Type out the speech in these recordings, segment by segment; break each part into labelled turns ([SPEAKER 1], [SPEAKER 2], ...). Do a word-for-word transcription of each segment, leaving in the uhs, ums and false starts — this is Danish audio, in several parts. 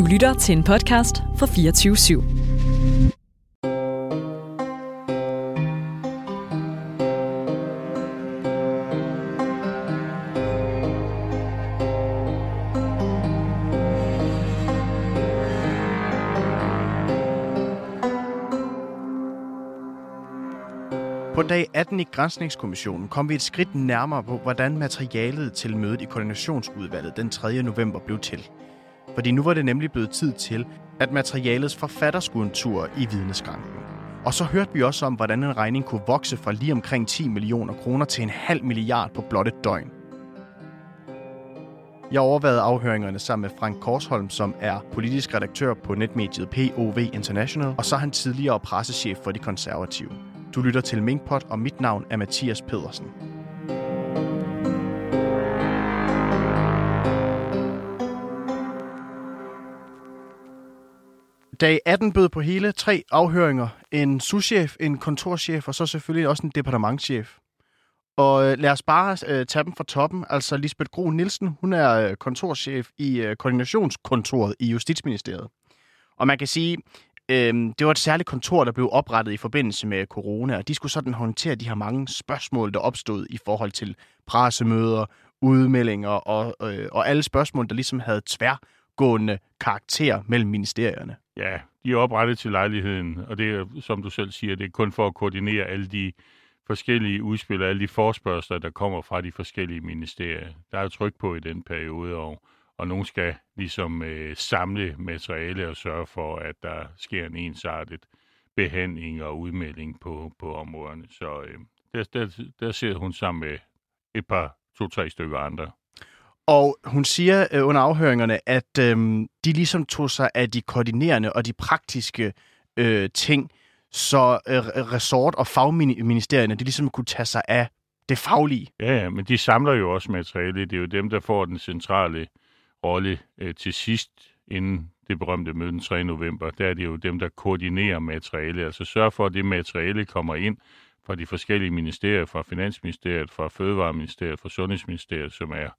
[SPEAKER 1] lytter til en podcast fra fireogtyve syv.
[SPEAKER 2] På dag atten i Granskningskommissionen kom vi et skridt nærmere på, hvordan materialet til mødet i Koordinationsudvalget den tredje november blev til. Fordi nu var det nemlig blevet tid til, at materialets forfatter skulle en tur i vidneskranken. Og så hørte vi også om, hvordan en regning kunne vokse fra lige omkring ti millioner kroner til en halv milliard på blot et døgn. Jeg overvejede afhøringerne sammen med Frank Korsholm, som er politisk redaktør på netmediet P O V International, og så er han tidligere pressechef for De Konservative. Du lytter til Minkpot, og mit navn er Mathias Pedersen. Dag atten bød på hele tre afhøringer. En souschef, en kontorchef og så selvfølgelig også en departementschef. Og lad os bare øh, tage dem fra toppen. Altså Lisbeth Gro Nielsen, hun er øh, kontorchef i øh, koordinationskontoret i Justitsministeriet. Og man kan sige, øh, det var et særligt kontor, der blev oprettet i forbindelse med corona, og de skulle sådan håndtere de her mange spørgsmål, der opstod i forhold til pressemøder, udmeldinger og, øh, og alle spørgsmål, der ligesom havde tværgående karakter mellem ministerierne.
[SPEAKER 3] Ja, de er oprettet til lejligheden, og det er, som du selv siger, det er kun for at koordinere alle de forskellige udspil og alle de forespørgsler, der kommer fra de forskellige ministerier. Der er jo tryk på i den periode, og, og nogen skal ligesom øh, samle materiale og sørge for, at der sker en ensartet behandling og udmelding på, på områderne. Så øh, der, der, der sidder hun sammen med et par, to-tre stykker andre.
[SPEAKER 2] Og hun siger øh, under afhøringerne, at øh, de ligesom tog sig af de koordinerende og de praktiske øh, ting, så øh, resort- og fagministerierne, de ligesom kunne tage sig af det faglige.
[SPEAKER 3] Ja, ja, men de samler jo også materiale. Det er jo dem, der får den centrale rolle øh, til sidst, inden det berømte møde den tredje november. Der er det jo dem, der koordinerer materiale. Altså sørger for, at det materiale kommer ind fra de forskellige ministerier, fra Finansministeriet, fra Fødevareministeriet, fra Sundhedsministeriet, som er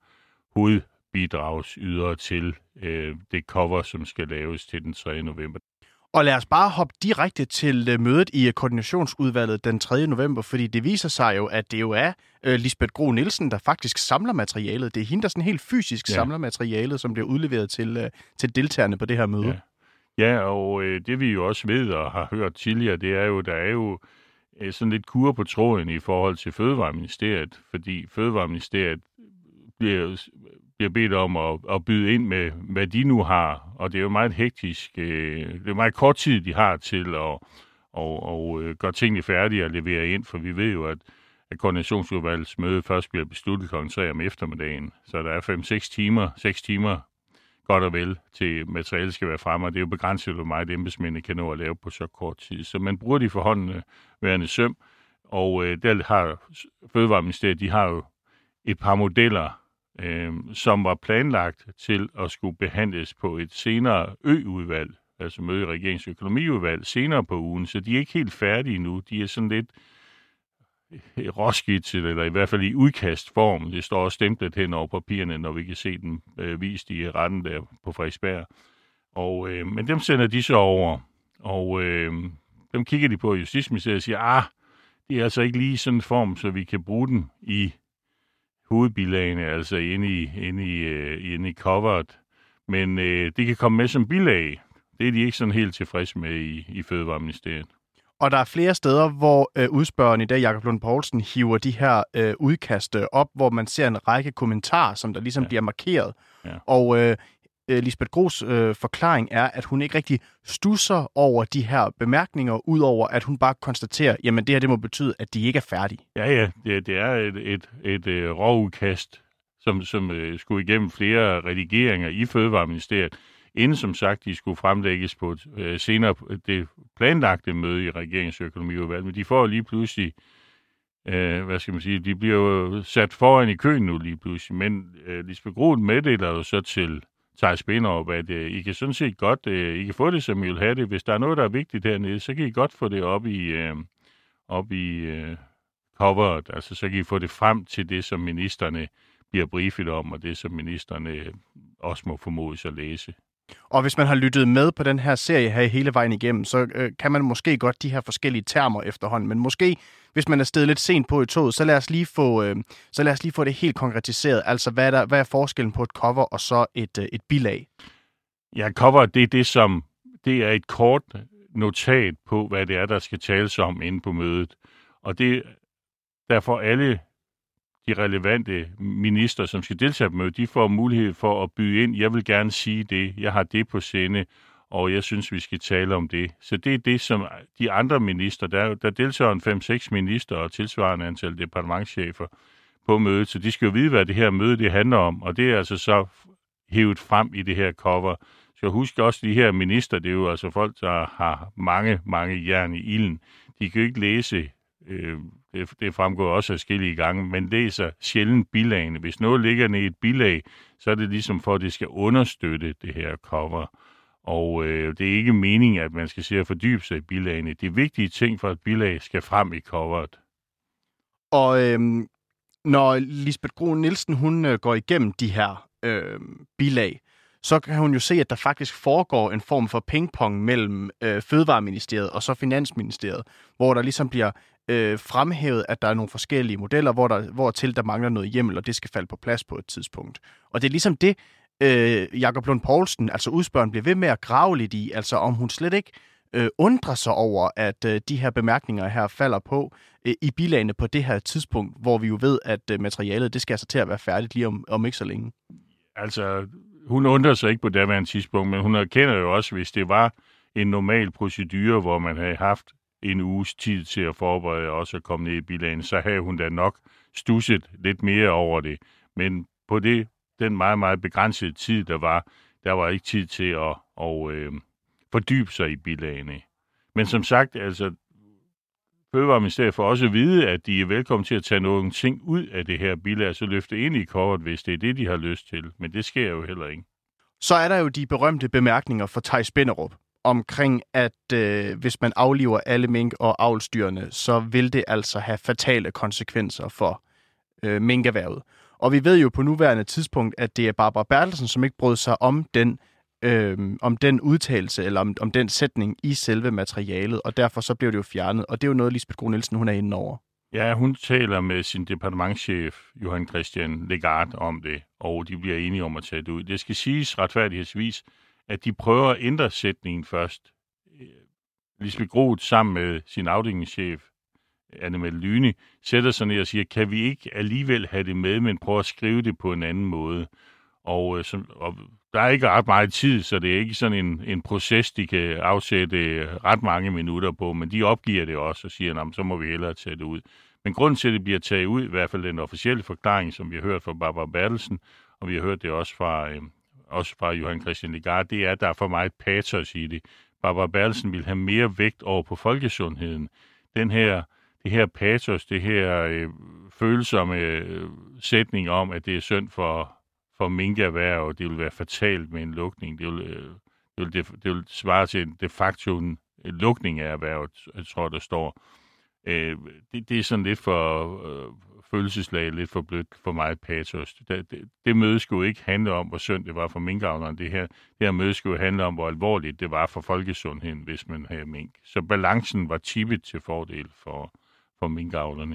[SPEAKER 3] hovedbidragsydere til øh, det cover, som skal laves til den tredje november.
[SPEAKER 2] Og lad os bare hoppe direkte til mødet i Koordinationsudvalget den tredje november, fordi det viser sig jo, at det jo er øh, Lisbeth Gro Nielsen, der faktisk samler materialet. Det er hende, der sådan helt fysisk ja. samler materialet, som bliver udleveret til, øh, til deltagerne på det her møde.
[SPEAKER 3] Ja, ja og øh, det vi jo også ved og har hørt tidligere, det er jo, der er jo øh, sådan lidt kur på tråden i forhold til Fødevareministeriet, fordi Fødevareministeriet bliver, bliver bedt om at, at byde ind med, hvad de nu har. Og det er jo meget hektisk. Øh, det er meget kort tid, de har til at og, og, øh, gøre tingene færdige og levere ind, for vi ved jo, at, at koordinationsudvalgets møde først bliver besluttet klokken tre om eftermiddagen. Så der er fem-seks timer, seks timer godt og vel til materialet skal være fremme, og det er jo begrænset, hvor meget embedsmændene kan nå at lave på så kort tid. Så man bruger de forhåndende værende søm, og øh, der har Fødevareministeriet, de har jo et par modeller, Øh, som var planlagt til at skulle behandles på et senere ø-udvalg, altså møde i regeringsøkonomiudvalg, senere på ugen, så de er ikke helt færdige nu. De er sådan lidt råskitset, eller i hvert fald i udkastform. Det står også stemplet hen over papirerne, når vi kan se dem øh, vist i retten der på Frederiksberg. Og, øh, men dem sender de så over, og øh, dem kigger de på i Justitsministeriet og siger, ah, det er altså ikke lige sådan en form, så vi kan bruge den i hovedbilagene, altså inde i, inde i, uh, inde i coveret. Men uh, det kan komme med som bilag. Det er de ikke sådan helt tilfredse med i, i Fødevareministeriet.
[SPEAKER 2] Og der er flere steder, hvor øh, udspørgeren i dag, Jakob Lund Poulsen, hiver de her øh, udkast op, hvor man ser en række kommentarer, som der ligesom ja. bliver markeret. Ja. Og øh, Lisbeth Gros øh, forklaring er, at hun ikke rigtig stusser over de her bemærkninger, udover at hun bare konstaterer, jamen det her det må betyde, at de ikke er færdige.
[SPEAKER 3] Ja, ja, det, det er et, et, et, et råudkast, som, som uh, skulle igennem flere redigeringer i Fødevareministeriet, inden som sagt, de skulle fremlægges på et uh, senere det planlagte møde i regeringsøkonomiudvalget. Men de får lige pludselig, uh, hvad skal man sige, de bliver jo sat foran i køen nu lige pludselig. Men uh, Lisbeth Gro meddeler jo så til Theis Binderup, at uh, I kan sådan set godt, uh, I kan få det, som I vil have det. Hvis der er noget, der er vigtigt dernede, så kan I godt få det op i, uh, op i uh, coveret. Altså, så kan I få det frem til det, som ministerne bliver briefet om, og det, som ministerne også må formodes at læse.
[SPEAKER 2] Og hvis man har lyttet med på den her serie her hele vejen igennem, så øh, kan man måske godt de her forskellige termer efterhånden. Men måske, hvis man er stedet lidt sent på i toget, så lad os lige få, øh, så lad os lige få det helt konkretiseret. Altså, hvad er, der, hvad er forskellen på et cover og så et, øh, et bilag?
[SPEAKER 3] Ja, cover, det er det, som det er et kort notat på, hvad det er, der skal tales om inde på mødet. Og det derfor alle de relevante minister, som skal deltage på mødet, de får mulighed for at byde ind. Jeg vil gerne sige det. Jeg har det på sinde, og jeg synes, vi skal tale om det. Så det er det, som de andre minister, der, der deltager en fem seks minister og tilsvarende antal departementschefer på mødet, så de skal jo vide, hvad det her møde det handler om, og det er altså så hævet frem i det her cover. Så husk også, de her minister, det er jo altså folk, der har mange, mange jern i ilden. De kan jo ikke læse, øh, det, det fremgår også af forskellige gange, men læser sjældent bilagene. Hvis noget ligger ned i et bilag, så er det ligesom for, at det skal understøtte det her cover. Og øh, det er ikke meningen, at man skal se at fordybe sig i bilagene. Det er vigtige ting for, at bilag skal frem i coveret.
[SPEAKER 2] Og øhm, når Lisbeth Grun Nielsen hun øh, går igennem de her øh, bilag, så kan hun jo se, at der faktisk foregår en form for pingpong mellem øh, Fødevareministeriet og så Finansministeriet, hvor der ligesom bliver øh, fremhævet, at der er nogle forskellige modeller, hvor der, hvor til der mangler noget hjemmel, og det skal falde på plads på et tidspunkt. Og det er ligesom det, øh, Jakob Lund Poulsen, altså udspørgeren, bliver ved med at grave lidt i, altså om hun slet ikke øh, undrer sig over, at øh, de her bemærkninger her falder på øh, i bilagene på det her tidspunkt, hvor vi jo ved, at øh, materialet, det skal altså til at være færdigt lige om, om ikke så længe.
[SPEAKER 3] Altså, hun undrer sig ikke på daværende tidspunkt, men hun erkender jo også, hvis det var en normal procedure, hvor man havde haft en uges tid til at forberede og også at komme ned i bilagen, så havde hun da nok stusset lidt mere over det. Men på det, den meget, meget begrænsede tid, der var, der var ikke tid til at og, øh, fordybe sig i bilagene. Men som sagt, altså, Fødevareministeriet får også at vide, at de er velkommen til at tage nogle ting ud af det her bilag, og så løfte ind i coveret, hvis det er det, de har lyst til. Men det sker jo heller ikke.
[SPEAKER 2] Så er der jo de berømte bemærkninger fra Theis Binderup omkring, at øh, hvis man afliver alle mink og avlsdyrene, så vil det altså have fatale konsekvenser for øh, minkerhvervet. Og vi ved jo på nuværende tidspunkt, at det er Barbara Bertelsen, som ikke brød sig om den Øhm, om den udtalelse, eller om, om den sætning i selve materialet, og derfor så blev det jo fjernet, og det er jo noget, Lisbeth Grun Nielsen, hun er inde over.
[SPEAKER 3] Ja, hun taler med sin departementschef, Johan Christian Legarth, om det, og de bliver enige om at tage det ud. Det skal siges retfærdighedsvis, at de prøver at ændre sætningen først. Lisbeth Grun sammen med sin afdelingschef, Anne-Mette Lyne, sætter sig ned og siger, kan vi ikke alligevel have det med, men prøve at skrive det på en anden måde. Og, øh, som, og der er ikke ret meget tid, så det er ikke sådan en, en proces, de kan afsætte ret mange minutter på, men de opgiver det også og siger, så må vi hellere tage det ud. Men grunden til, at det bliver taget ud, i hvert fald den officielle forklaring, som vi har hørt fra Barbara Bertelsen, og vi har hørt det også fra, øh, også fra Johan Christian Legarth, det er, at der er for meget patos i det. Barbara Bertelsen vil have mere vægt over på folkesundheden. Den her, det her patos, det her øh, følsomme øh, sætning om, at det er synd for for minkerhverv, og det vil være fatalt med en lukning. Det vil, det vil, det, det vil svare til en de facto en lukning af erhvervet, jeg tror, der står. Det, det er sådan lidt for øh, følelseslag, lidt for blødt, for meget patos. Det, det, det møde skulle ikke handle om, hvor synd det var for minkavlerne. Det her, det her møde skulle handle om, hvor alvorligt det var for folkesundheden, hvis man havde mink. Så balancen var tippet til fordel for, for minkavlerne.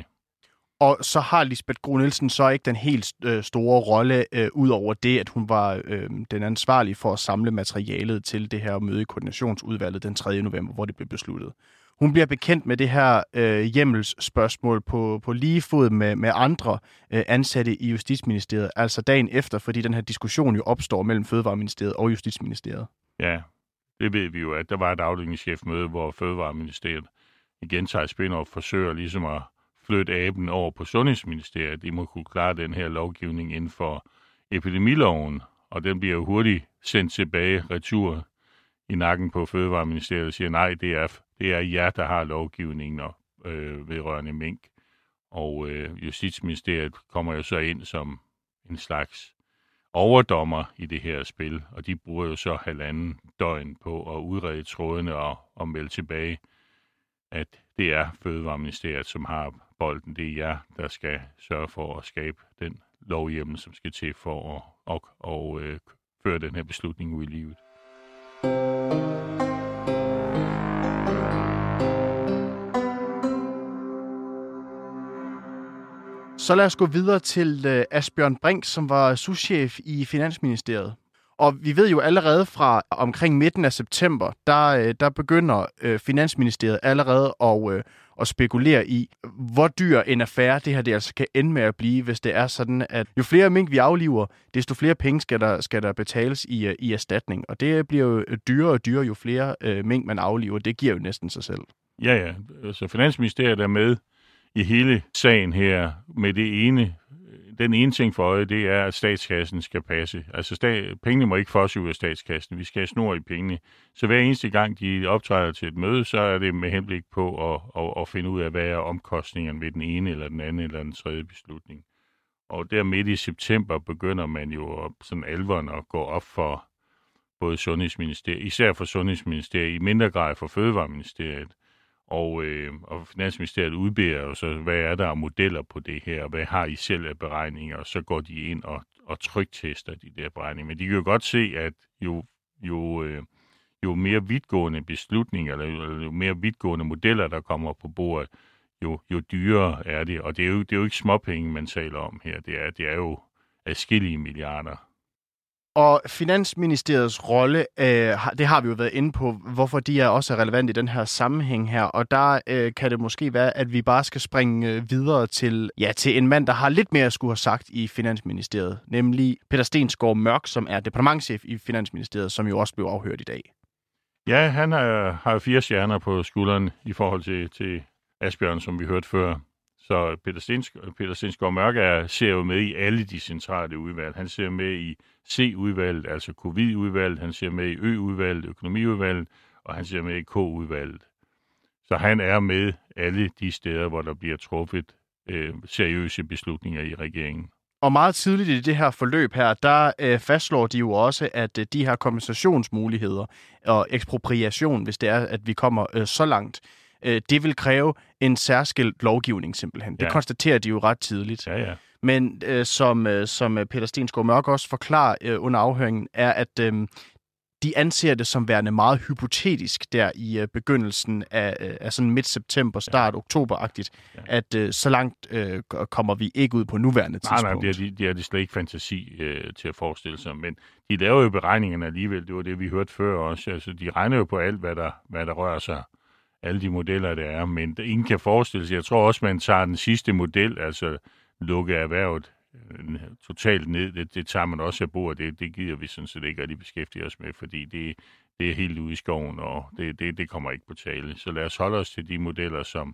[SPEAKER 2] Og så har Lisbeth Grun Nielsen så ikke den helt øh, store rolle, øh, ud over det, at hun var øh, den ansvarlige for at samle materialet til det her møde i koordinationsudvalget den tredje november, hvor det blev besluttet. Hun bliver bekendt med det her øh, hjemmelsspørgsmål på, på lige fod med, med andre øh, ansatte i Justitsministeriet, altså dagen efter, fordi den her diskussion jo opstår mellem Fødevareministeriet og Justitsministeriet.
[SPEAKER 3] Ja, det ved vi jo, at der var et afdelingschefmøde, hvor Fødevareministeriet igen tager spin og forsøger ligesom at flytte aben over på Sundhedsministeriet. De må kunne klare den her lovgivning inden for epidemiloven, og den bliver jo hurtigt sendt tilbage, retur i nakken på Fødevareministeriet og siger, nej, det er, det er jer, der har lovgivningen og, øh, vedrørende mink. Og øh, Justitsministeriet kommer jo så ind som en slags overdommer i det her spil, og de bruger jo så halvanden døgn på at udrede trådene og, og melde tilbage, at det er Fødevareministeriet, som har bolden. Det er jer, der skal sørge for at skabe den lovhjemmel, som skal til for at og, og, øh, føre den her beslutning ud i livet.
[SPEAKER 2] Så lad os gå videre til uh, Asbjørn Brink, som var souschef i Finansministeriet. Og vi ved jo allerede fra omkring midten af september, der, der begynder uh, Finansministeriet allerede at, uh, at spekulere i, hvor dyr en affære det her det altså kan ende med at blive, hvis det er sådan, at jo flere mink vi afliver, desto flere penge skal der, skal der betales i, uh, i erstatning. Og det bliver jo dyrere og dyrere, jo flere uh, mink man afliver. Det giver jo næsten sig selv.
[SPEAKER 3] Ja, ja. Så Finansministeriet er med i hele sagen her med det ene, den ene ting for øje, det er, at statskassen skal passe. Altså, stat, pengene må ikke fosse ud af statskassen. Vi skal have snor i pengene. Så hver eneste gang, de optræder til et møde, så er det med henblik på at, at, at finde ud af, hvad er omkostningerne ved den ene, eller den anden, eller den tredje beslutning. Og der midt i september begynder man jo sådan alvoren at gå op for både Sundhedsministeriet, især for Sundhedsministeriet, i mindre grad for Fødevareministeriet. Og, øh, og Finansministeriet udbeder jo så, hvad er der af modeller på det her, og hvad har I selv af beregninger, og så går de ind og, og tryktester de der beregninger. Men de kan jo godt se, at jo, jo, øh, jo mere vidtgående beslutninger, eller jo mere vidtgående modeller, der kommer på bordet, jo, jo dyrere er det. Og det er, jo, det er jo ikke småpenge, man taler om her. Det er, det er jo adskillige milliarder.
[SPEAKER 2] Og Finansministeriets rolle, øh, det har vi jo været inde på, hvorfor de er også relevant i den her sammenhæng her. Og der øh, kan det måske være, at vi bare skal springe videre til, ja, til en mand, der har lidt mere at skulle have sagt i Finansministeriet. Nemlig Peter Stensgaard Mørk, som er departementschef i Finansministeriet, som jo også blev afhørt i dag.
[SPEAKER 3] Ja, han har, har fire stjerner på skulderen i forhold til, til Asbjørn, som vi hørte før. Så Peter, Stensgaard, Peter Stensgaard Mørk er, ser jo med i alle de centrale udvalg. Han ser med i C-udvalget, altså covid-udvalget, han ser med i Ø-udvalget, økonomiudvalget, og han ser med i K-udvalget. Så han er med alle de steder, hvor der bliver truffet øh, seriøse beslutninger i regeringen.
[SPEAKER 2] Og meget tidligt i det her forløb her, der øh, fastslår de jo også, at øh, de her kompensationsmuligheder og ekspropriation, hvis det er, at vi kommer øh, så langt, øh, det vil kræve en særskilt lovgivning simpelthen. Ja. Det konstaterer de jo ret tidligt.
[SPEAKER 3] Ja, ja.
[SPEAKER 2] Men øh, som, øh, som Peter Stensgaard Mørk også forklarer øh, under afhøringen, er, at øh, de anser det som værende meget hypotetisk der i øh, begyndelsen af, øh, af sådan midt-september, start ja. oktober-agtigt, ja. at øh, så langt øh, kommer vi ikke ud på nuværende tidspunkt.
[SPEAKER 3] Nej, nej, det er de, de er de slet ikke fantasi øh, til at forestille sig, men de laver jo beregningerne alligevel, det var det, vi hørte før også, altså de regner jo på alt, hvad der, hvad der rører sig, alle de modeller, der er, men ingen kan forestille sig, jeg tror også, man tager den sidste model, altså lukke erhvervet totalt ned, det, det tager man også af bordet, det, det gider vi sådan set ikke rigtig beskæftige os med, fordi det, det er helt ude i skoven, og det, det, det kommer ikke på tale. Så lad os holde os til de modeller, som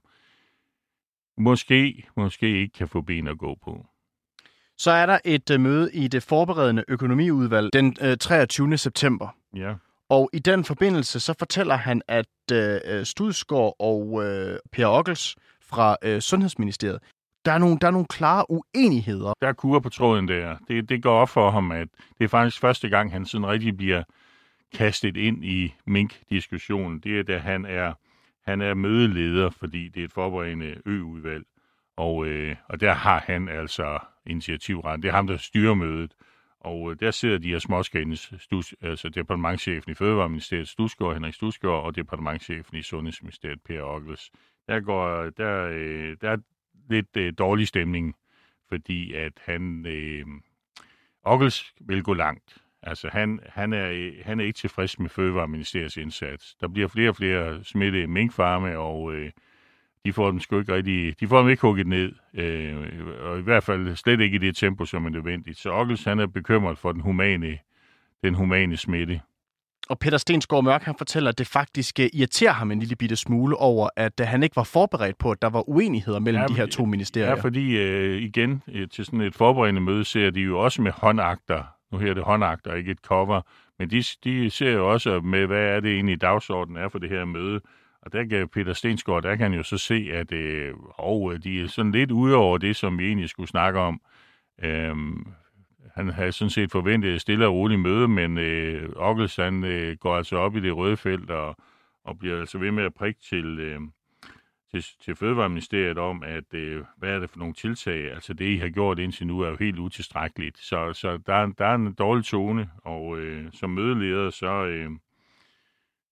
[SPEAKER 3] måske, måske ikke kan få ben at gå på.
[SPEAKER 2] Så er der et uh, møde i det forberedende økonomiudvalg den uh, treogtyvende september.
[SPEAKER 3] Ja.
[SPEAKER 2] Og i den forbindelse, så fortæller han, at uh, Studsgaard og uh, Per Ockels fra uh, Sundhedsministeriet, Der er, nogle, der er nogle klare uenigheder.
[SPEAKER 3] Der er kur på tråden der. Det, det går op for ham, at det er faktisk første gang, han sådan rigtig bliver kastet ind i mink-diskussionen. Det er, da han er, han er mødeleder, fordi det er et forberedende ø-udvalg. Og, øh, og der har han altså initiativretten. Det er ham, der styrer mødet. Og øh, der sidder de her småskændens, altså departementschefen i Fødevareministeriet, Studsgaard, Henrik Studsgaard, og departementschefen i Sundhedsministeriet, Per Ockels. Der går, der, øh, der lidt øh, dårlig stemning, fordi at han, øh, Ockels vil gå langt. Altså han, han, er, han er ikke tilfreds med Fødevareministeriets indsats. Der bliver flere og flere smittede minkfarme, og øh, de får dem sgu ikke rigtig, de får dem ikke hugget ned, øh, og i hvert fald slet ikke i det tempo, som er nødvendigt. Så Ockels, han er bekymret for den humane, den humane smitte.
[SPEAKER 2] Og Peter Stensgaard Mørk, han fortæller, at det faktisk irriterer ham en lille bitte smule over, at han ikke var forberedt på, at der var uenigheder mellem ja, de her to ministerier.
[SPEAKER 3] Ja, fordi øh, igen, øh, til sådan et forberedende møde ser de jo også med håndakter. Nu her er det håndakter, ikke et cover. Men de, de ser jo også med, hvad er det egentlig dagsordenen er for det her møde. Og der kan Peter Stensgaard, der kan han jo så se, at øh, oh, de er sådan lidt ude over det, som vi egentlig skulle snakke om. Øhm, Han havde sådan set forventet et stille og roligt møde, men øh, Ockels, han øh, går altså op i det røde felt og, og bliver altså ved med at prikke til, øh, til, til Fødevareministeriet om, at øh, hvad er det for nogle tiltag? Altså det, I har gjort indtil nu, er jo helt utilstrækkeligt. Så, så der, der er en dårlig tone, og øh, som mødeleder, så, øh,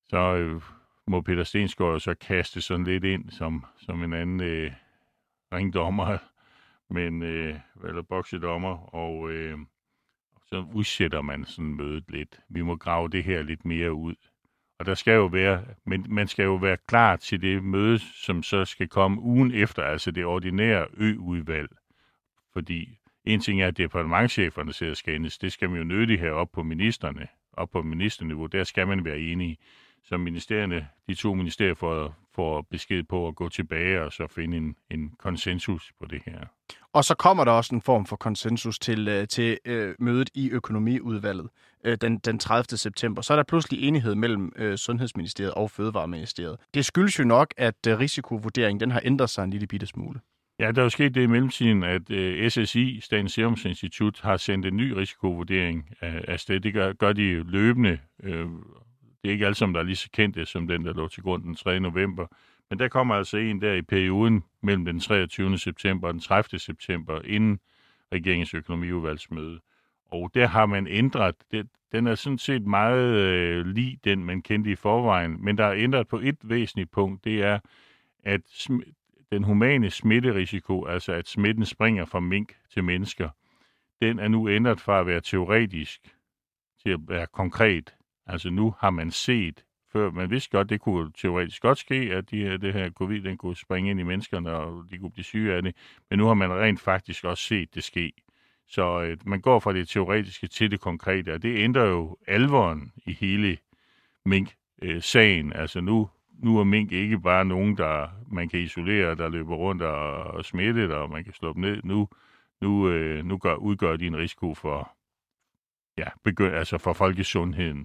[SPEAKER 3] så øh, må Peter Stensgaard så kaste sådan lidt ind som, som en anden øh, ringdommer, men, øh, eller boksedommer, og øh, så udsætter man sådan mødet lidt. Vi må grave det her lidt mere ud. Og der skal jo være, men man skal jo være klar til det møde, som så skal komme ugen efter, altså det ordinære ø-udvalg. Fordi en ting er, at departementscheferne sidder og skændes, det skal man jo nødigt have op på ministerne, op på ministerniveau, der skal man være enige. Så ministerierne, de to ministerier får, får besked på at gå tilbage og så finde en, en konsensus på det her.
[SPEAKER 2] Og så kommer der også en form for konsensus til, til øh, mødet i økonomiudvalget øh, den, den tredivte september. Så er der pludselig enighed mellem øh, Sundhedsministeriet og Fødevareministeriet. Det skyldes jo nok, at øh, risikovurderingen den har ændret sig en lille bitte smule. Ja, der er jo sket det i mellemtiden, at øh, S S I, Statens Serum Institut, har sendt en ny risikovurdering af, af sted. Det gør, gør de løbende. Øh, det er ikke alle sammen, der er lige så kendte som den, der lå til grund den tredje november. Men der kommer altså en der i perioden mellem den treogtyvende september og den tredivte september, inden regeringens økonomiudvalgsmøde. Og der har man ændret, det, den er sådan set meget øh, lig den, man kendte i forvejen, men der er ændret på et væsentligt punkt, det er, at sm- den humane smitterisiko, altså at smitten springer fra mink til mennesker, den er nu ændret fra at være teoretisk til at være konkret. Altså nu har man set, før man vidste godt, det kunne teoretisk godt ske, at de, det her covid, den kunne springe ind i menneskerne, og de kunne blive syge af det. Men nu har man rent faktisk også set det ske. Så øh, man går fra det teoretiske til det konkrete, og det ændrer jo alvoren i hele mink-sagen. Øh, altså nu, nu er mink ikke bare nogen, der man kan isolere, der løber rundt og, og smitte, og man kan slå dem ned. Nu, nu, øh, nu gør, udgør de en risiko for, ja, begynd, altså for folkesundheden.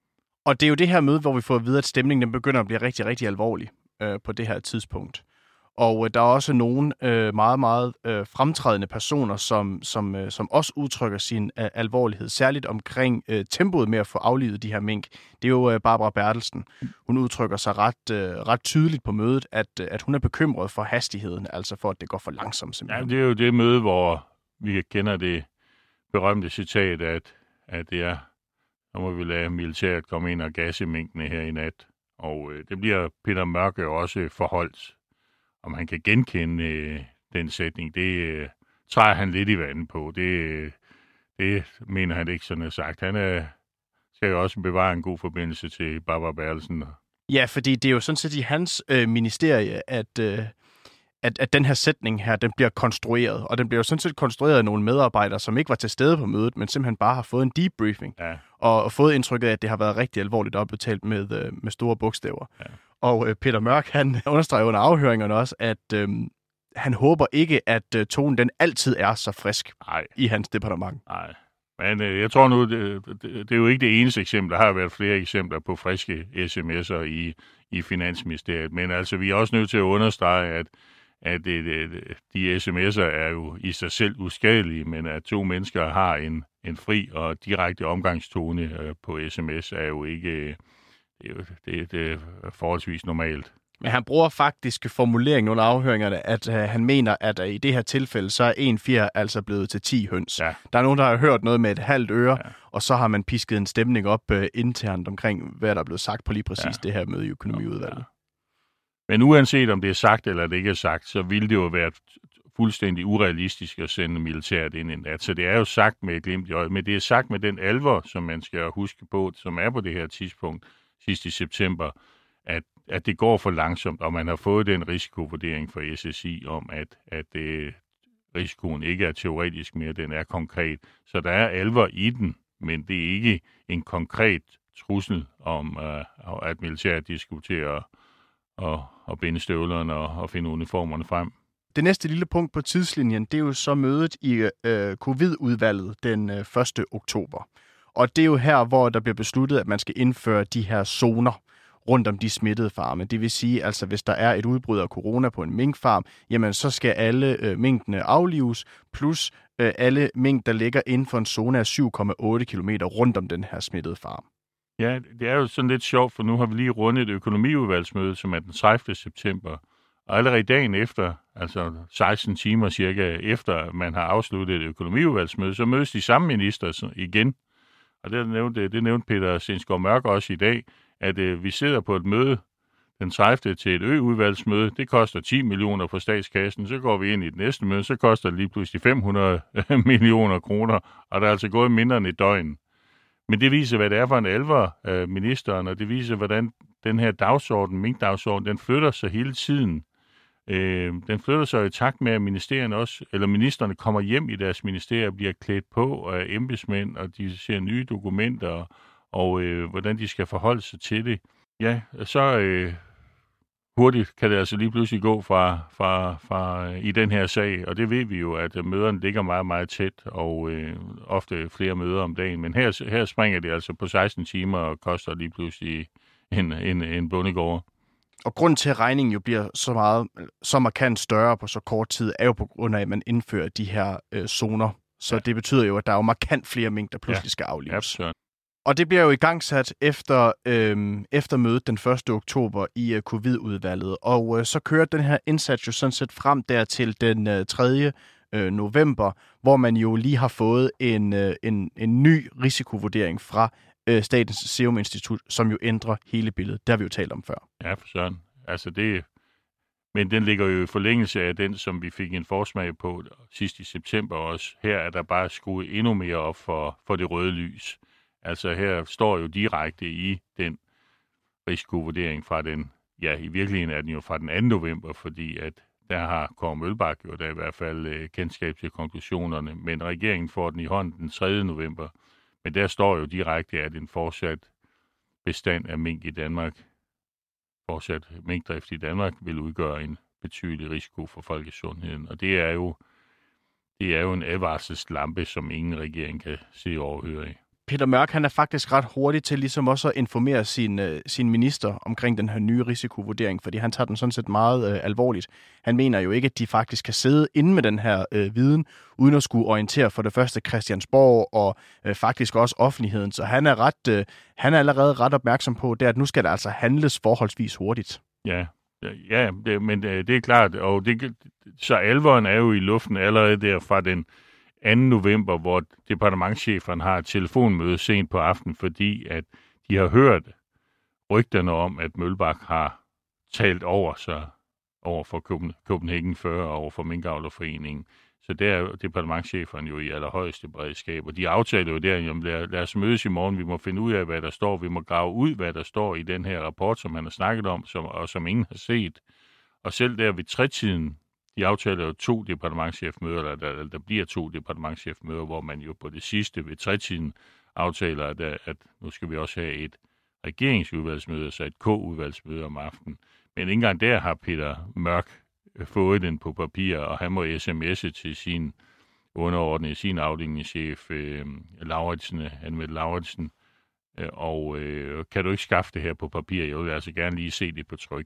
[SPEAKER 2] Og det er jo det her møde, hvor vi får at vide, at stemningen den begynder at blive rigtig, rigtig alvorlig øh, på det her tidspunkt. Og øh, der er også nogle øh, meget, meget øh, fremtrædende personer, som, som, øh, som også udtrykker sin øh, alvorlighed, særligt omkring øh, tempoet med at få aflivet de her mink. Det er jo øh, Barbara Bertelsen. Hun udtrykker sig ret, øh, ret tydeligt på mødet, at, øh, at hun er bekymret for hastigheden, altså for, at det går for langsomt simpelthen.
[SPEAKER 3] Ja, det er jo det møde, hvor vi kender det berømte citat, at, at det er, så må vi lade militæret komme ind og gasse minkene her i nat. Og øh, det bliver Peter Mørke også forholdt. Om han kan genkende øh, den sætning, det øh, træder han lidt i vandet på. Det, øh, det mener han ikke, sådan er sagt. Han øh, skal jo også bevare en god forbindelse til Barbara Bertelsen.
[SPEAKER 2] Ja, fordi det er jo sådan set i hans øh, ministerie, at, øh, at, at den her sætning her, den bliver konstrueret. Og den bliver jo sådan set konstrueret af nogle medarbejdere, som ikke var til stede på mødet, men simpelthen bare har fået en debriefing. Ja. Og, og fået indtrykket af, at det har været rigtig alvorligt opbetalt med, øh, med store bogstaver. Ja. Og øh, Peter Mørk, han understreger under afhøringerne også, at øh, han håber ikke, at øh, tonen den altid er så frisk Ej. i hans departement.
[SPEAKER 3] Nej, men øh, jeg tror nu, det, det, det er jo ikke det eneste eksempel. Der har været flere eksempler på friske sms'er i, i Finansministeriet. Men altså, vi er også nødt til at understrege, at, at det, det, de sms'er er jo i sig selv uskadelige, men at to mennesker har en, en fri og direkte omgangstone øh, på sms, er jo ikke... Øh, Det, det, det er forholdsvis normalt.
[SPEAKER 2] Men han bruger faktisk formuleringen under afhøringerne, at uh, han mener, at uh, i det her tilfælde, så er en fjer altså blevet til ti høns. Ja. Der er nogen, der har hørt noget med et halvt øre, ja. Og så har man pisket en stemning op uh, internt omkring, hvad der er blevet sagt på lige præcis ja. det her møde i økonomiudvalget. Ja.
[SPEAKER 3] Men uanset om det er sagt eller det ikke er sagt, så ville det jo være fuldstændig urealistisk at sende militæret ind i nat. Så det er jo sagt med et glimt i øjet, men det er sagt med den alvor, som man skal huske på, som er på det her tidspunkt, sidst i september, at, at det går for langsomt, og man har fået den risikovurdering fra S S I om, at, at det, risikoen ikke er teoretisk mere, den er konkret. Så der er alvor i den, men det er ikke en konkret trussel om, uh, at militæret diskuterer og, og binde støvlerne og, og finde uniformerne frem.
[SPEAKER 2] Det næste lille punkt på tidslinjen, det er jo så mødet i øh, covid-udvalget den øh, første oktober. Og det er jo her, hvor der bliver besluttet, at man skal indføre de her zoner rundt om de smittede farme. Det vil sige, altså hvis der er et udbrud af corona på en minkfarm, jamen så skal alle øh, minkene aflives, plus øh, alle mink, der ligger inden for en zone af syv komma otte kilometer rundt om den her smittede farm.
[SPEAKER 3] Ja, det er jo sådan lidt sjovt, for nu har vi lige rundet et økonomiudvalgsmøde, som er den tredivte september. Og allerede dagen efter, altså seksten timer cirka efter, man har afsluttet et økonomiudvalgsmøde, så mødes de samme minister igen. Og det nævnte, det nævnte Peter Stensgaard Mørk også i dag, at øh, vi sidder på et møde den tredivte til et ø-udvalgsmøde. Det koster ti millioner for statskassen. Så går vi ind i det næste møde, så koster det lige pludselig fem hundrede millioner kroner, og der er altså gået mindre end et døgn. Men det viser, hvad det er for en alvor, øh, ministeren, og det viser, hvordan den her dagsorden, minkdagsorden, den flytter sig hele tiden. Øh, den flytter sig i takt med, at ministerierne også, eller ministerne kommer hjem i deres ministerier og bliver klædt på af embedsmænd, og de ser nye dokumenter, og øh, hvordan de skal forholde sig til det. Ja, så øh, hurtigt kan det altså lige pludselig gå fra, fra, fra øh, i den her sag, og det ved vi jo, at møderne ligger meget, meget tæt, og øh, ofte flere møder om dagen. Men her, her springer det altså på seksten timer og koster lige pludselig en, en, en bondegård.
[SPEAKER 2] Og grunden til, at regningen jo bliver så meget, så markant større på så kort tid, er jo på grund af, at man indfører de her øh, zoner. Så ja. Det betyder jo, at der er jo markant flere mink, der pludselig ja. skal aflives.
[SPEAKER 3] Ja,
[SPEAKER 2] og det bliver jo igangsat efter, øh, efter mødet den første oktober i øh, covid-udvalget. Og øh, så kører den her indsats jo sådan set frem der til den øh, tredje november, hvor man jo lige har fået en, øh, en, en ny risikovurdering fra øh, Statens Serum Institut, som jo ændrer hele billedet. Det har vi jo talt om før.
[SPEAKER 3] Ja, for sådan. Altså det, men den ligger jo i forlængelse af den, som vi fik en forsmag på sidst i september også. Her er der bare skruet endnu mere op for, for det røde lys. Altså her står jo direkte i den risikovurdering fra den, ja i virkeligheden er den jo fra den anden november, fordi at der har Kåre Mølbak jo der i hvert fald øh, kendskab til konklusionerne, men regeringen får den i hånden den tredje november. Men der står jo direkte, at en fortsat bestand af mink i Danmark, fortsat minkdrift i Danmark, vil udgøre en betydelig risiko for folkesundheden. Og det er jo, det er jo en advarselslampe, som ingen regering kan se overhøre i.
[SPEAKER 2] Peter Mørk, han er faktisk ret hurtig til ligesom også at informere sin, øh, sin minister omkring den her nye risikovurdering, fordi han tager den sådan set meget øh, alvorligt. Han mener jo ikke, at de faktisk kan sidde inde med den her øh, viden, uden at skulle orientere for det første Christiansborg og øh, faktisk også offentligheden. Så han er, ret, øh, han er allerede ret opmærksom på, det, at nu skal der altså handles forholdsvis hurtigt.
[SPEAKER 3] Ja, ja det, men det, det er klart. Og det, så alvoren er jo i luften allerede der fra den anden november, hvor departementscheferne har et telefonmøde sent på aftenen, fordi at de har hørt rygterne om, at Mølbak har talt over sig over for Copenhagen fyrre og over for Minkavlerforeningen. Så der er departementscheferne jo i allerhøjeste beredskab, og de aftaler jo der, om lad, lad os mødes i morgen, vi må finde ud af, hvad der står, vi må grave ud, hvad der står i den her rapport, som han har snakket om, som, og som ingen har set. Og selv der ved trætiden, de aftaler jo to departementschefmøder, eller der, eller der bliver to departementschefmøder, hvor man jo på det sidste ved trætiden aftaler, at, at nu skal vi også have et regeringsudvalgsmøde, så et K-udvalgsmøde om aftenen. Men ikke engang der har Peter Mørk fået den på papir, og han må sms'e til sin underordnede, sin afdelingschef, øh, Lauritsen, Anne-Mette Lauritsen, øh, og øh, kan du ikke skaffe det her på papir? Jeg vil altså gerne lige se det på tryk.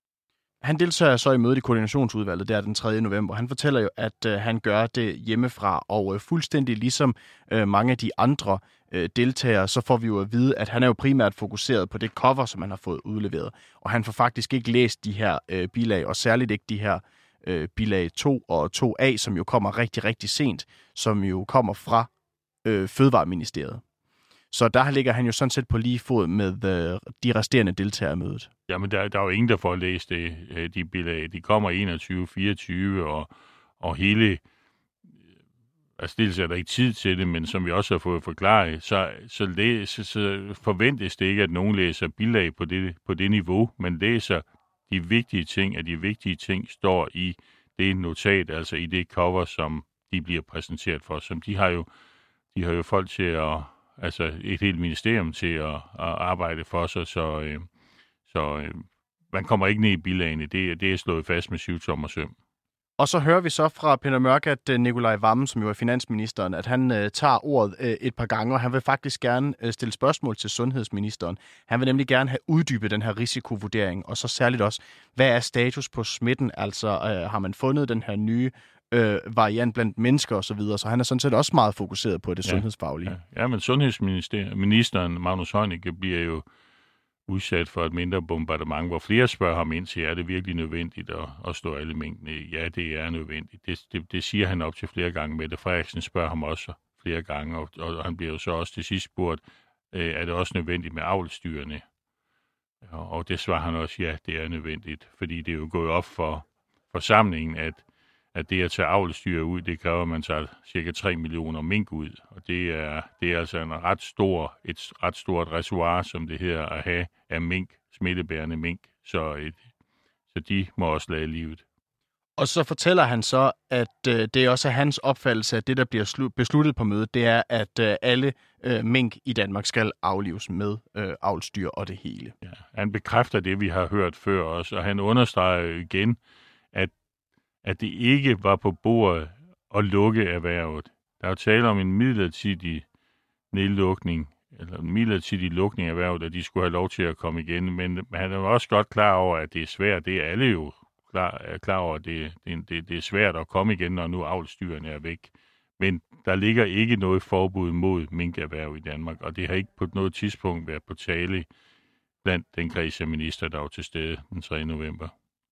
[SPEAKER 2] Han deltager så i mødet i koordinationsudvalget der den tredje november. Han fortæller jo, at øh, han gør det hjemmefra, og øh, fuldstændig ligesom øh, mange af de andre øh, deltagere, så får vi jo at vide, at han er jo primært fokuseret på det cover, som han har fået udleveret. Og han får faktisk ikke læst de her øh, bilag, og særligt ikke de her øh, bilag to og to A, som jo kommer rigtig, rigtig sent, som jo kommer fra øh, Fødevareministeriet. Så der ligger han jo sådan set på lige fod med øh, de resterende deltagere i mødet.
[SPEAKER 3] Jamen, der, der er jo ingen, der får læst det, de bilag. De kommer enogtyve fireogtyve, og, og hele... Altså, dels er der ikke tid til det, men som vi også har fået forklaret, så, så, læs, så forventes det ikke, at nogen læser bilag på det, på det niveau, men læser de vigtige ting, at de vigtige ting står i det notat, altså i det cover, som de bliver præsenteret for. Som de har jo, de har jo folk til at... Altså et helt ministerium til at, at arbejde for sig, så, øh, så øh, man kommer ikke ned i bilagene. Det, det er slået fast med syvtommer søm.
[SPEAKER 2] Og så hører vi så fra Peter Mørk, at uh, Nikolaj Wammen, som jo er finansministeren, at han uh, tager ordet uh, et par gange, og han vil faktisk gerne uh, stille spørgsmål til sundhedsministeren. Han vil nemlig gerne have uddybet den her risikovurdering, og så særligt også, hvad er status på smitten? Altså uh, har man fundet den her nye Øh, variant blandt mennesker og så videre, så han er sådan set også meget fokuseret på det ja, sundhedsfaglige.
[SPEAKER 3] Ja, ja, men sundhedsministeren Magnus Heunicke bliver jo udsat for et mindre bombardement, hvor flere spørger ham ind til, er det virkelig nødvendigt at, at slå alle minkene? Ja, det er nødvendigt. Det, det, det siger han op til flere gange. Mette Frederiksen spørger ham også flere gange, og, og han bliver jo så også til sidst spurgt, øh, er det også nødvendigt med avlsdyrene? Og det svarer han også, ja, det er nødvendigt, fordi det er jo gået op for forsamlingen, at, at det at tage avlsdyr ud, det kræver, at man tager cirka tre millioner mink ud. Og det er, det er altså en ret stor, et ret stort reservoir, som det her at have af mink, smittebærende mink, så, et, så de må også lade livet.
[SPEAKER 2] Og så fortæller han så, at øh, det er også hans opfattelse, at det, der bliver slu- besluttet på mødet, det er, at øh, alle øh, mink i Danmark skal aflives med øh, avlsdyr og det hele.
[SPEAKER 3] Ja, han bekræfter det, vi har hørt før også, og han understreger igen, at, at det ikke var på bordet at lukke erhvervet. Der er jo tale om en midlertidig nedlukning, eller en midlertidig lukning af erhvervet, at de skulle have lov til at komme igen, men han er også godt klar over, at det er svært. Det er alle jo klar, er klar over, at det, det, det, det er svært at komme igen, når nu avlsdyrene er væk. Men der ligger ikke noget forbud mod minkerhverv i Danmark, og det har ikke på noget tidspunkt været på tale blandt den kreds af minister, der var til stede den tredje november.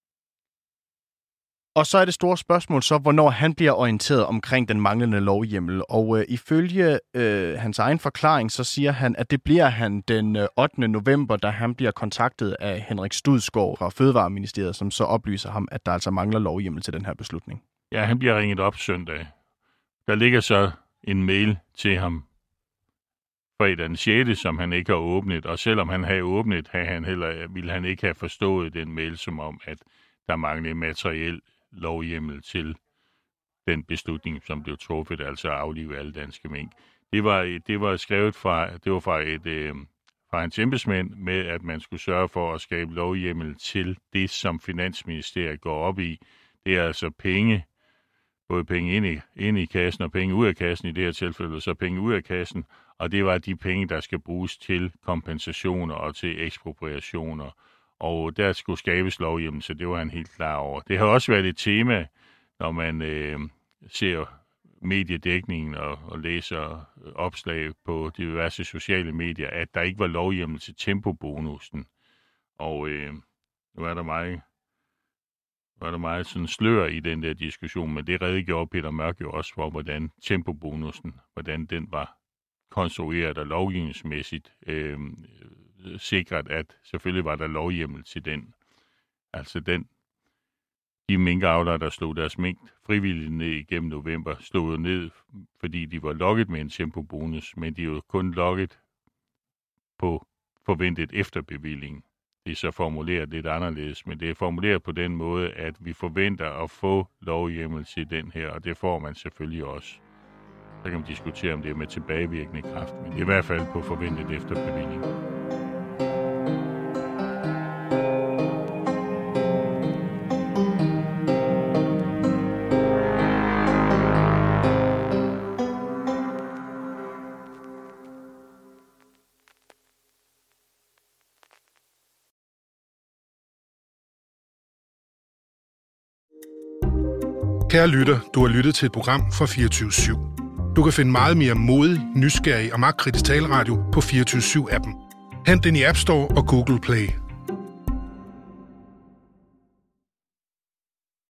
[SPEAKER 2] Og så er det store spørgsmål så, hvornår han bliver orienteret omkring den manglende lovhjemmel. Og øh, ifølge øh, hans egen forklaring, så siger han, at det bliver han den øh, ottende november, da han bliver kontaktet af Henrik Studsgaard fra Fødevareministeriet, som så oplyser ham, at der altså mangler lovhjemmel til den her beslutning.
[SPEAKER 3] Ja, han bliver ringet op søndag. Der ligger så en mail til ham fredag den sjette, som han ikke har åbnet, og selvom han havde åbnet, havde han heller, ville han ikke have forstået den mail som om, at der manglede materiel lovhjemmel til den beslutning, som blev truffet, altså at aflive alle danske mink. Det var, det var skrevet fra, det var fra, et, øh, fra hans embedsmænd med, at man skulle sørge for at skabe lovhjemmel til det, som Finansministeriet går op i. Det er altså penge, både penge ind i, ind i kassen og penge ud af kassen i det her tilfælde, så penge ud af kassen, og det var de penge, der skal bruges til kompensationer og til ekspropriationer. Og der skulle skabes lovhjemmel, så det var han helt klar over. Det har også været et tema, når man øh, ser mediedækningen og, og læser opslag på diverse sociale medier, at der ikke var lovhjemmel til tempobonusen. Og øh, nu er der meget, nu er der meget sådan slør i den der diskussion, men det redegjorde Peter Mørk jo også for, hvordan tempobonusen, hvordan den var konstrueret og lovgivningsmæssigt øh, sikret, at selvfølgelig var der lovhjemmel til den. Altså den, de minkavlere, der slog deres mink frivilligt ned igennem november, slog ned, fordi de var lokket med en tempobonus, men de er jo kun lokket på forventet efterbevilling. Det er så formuleret lidt anderledes, men det er formuleret på den måde, at vi forventer at få lovhjemmel til den her, og det får man selvfølgelig også. Så kan man diskutere, om det er med tilbagevirkende kraft, men det er i hvert fald på forventet efterbevilling.
[SPEAKER 4] Kære lytter, du har lyttet til et program fra fireogtyve syv. Du kan finde meget mere modig, nysgerrig og magtkritisk taleradio på fireogtyve syv appen. Hent den i App Store og Google Play.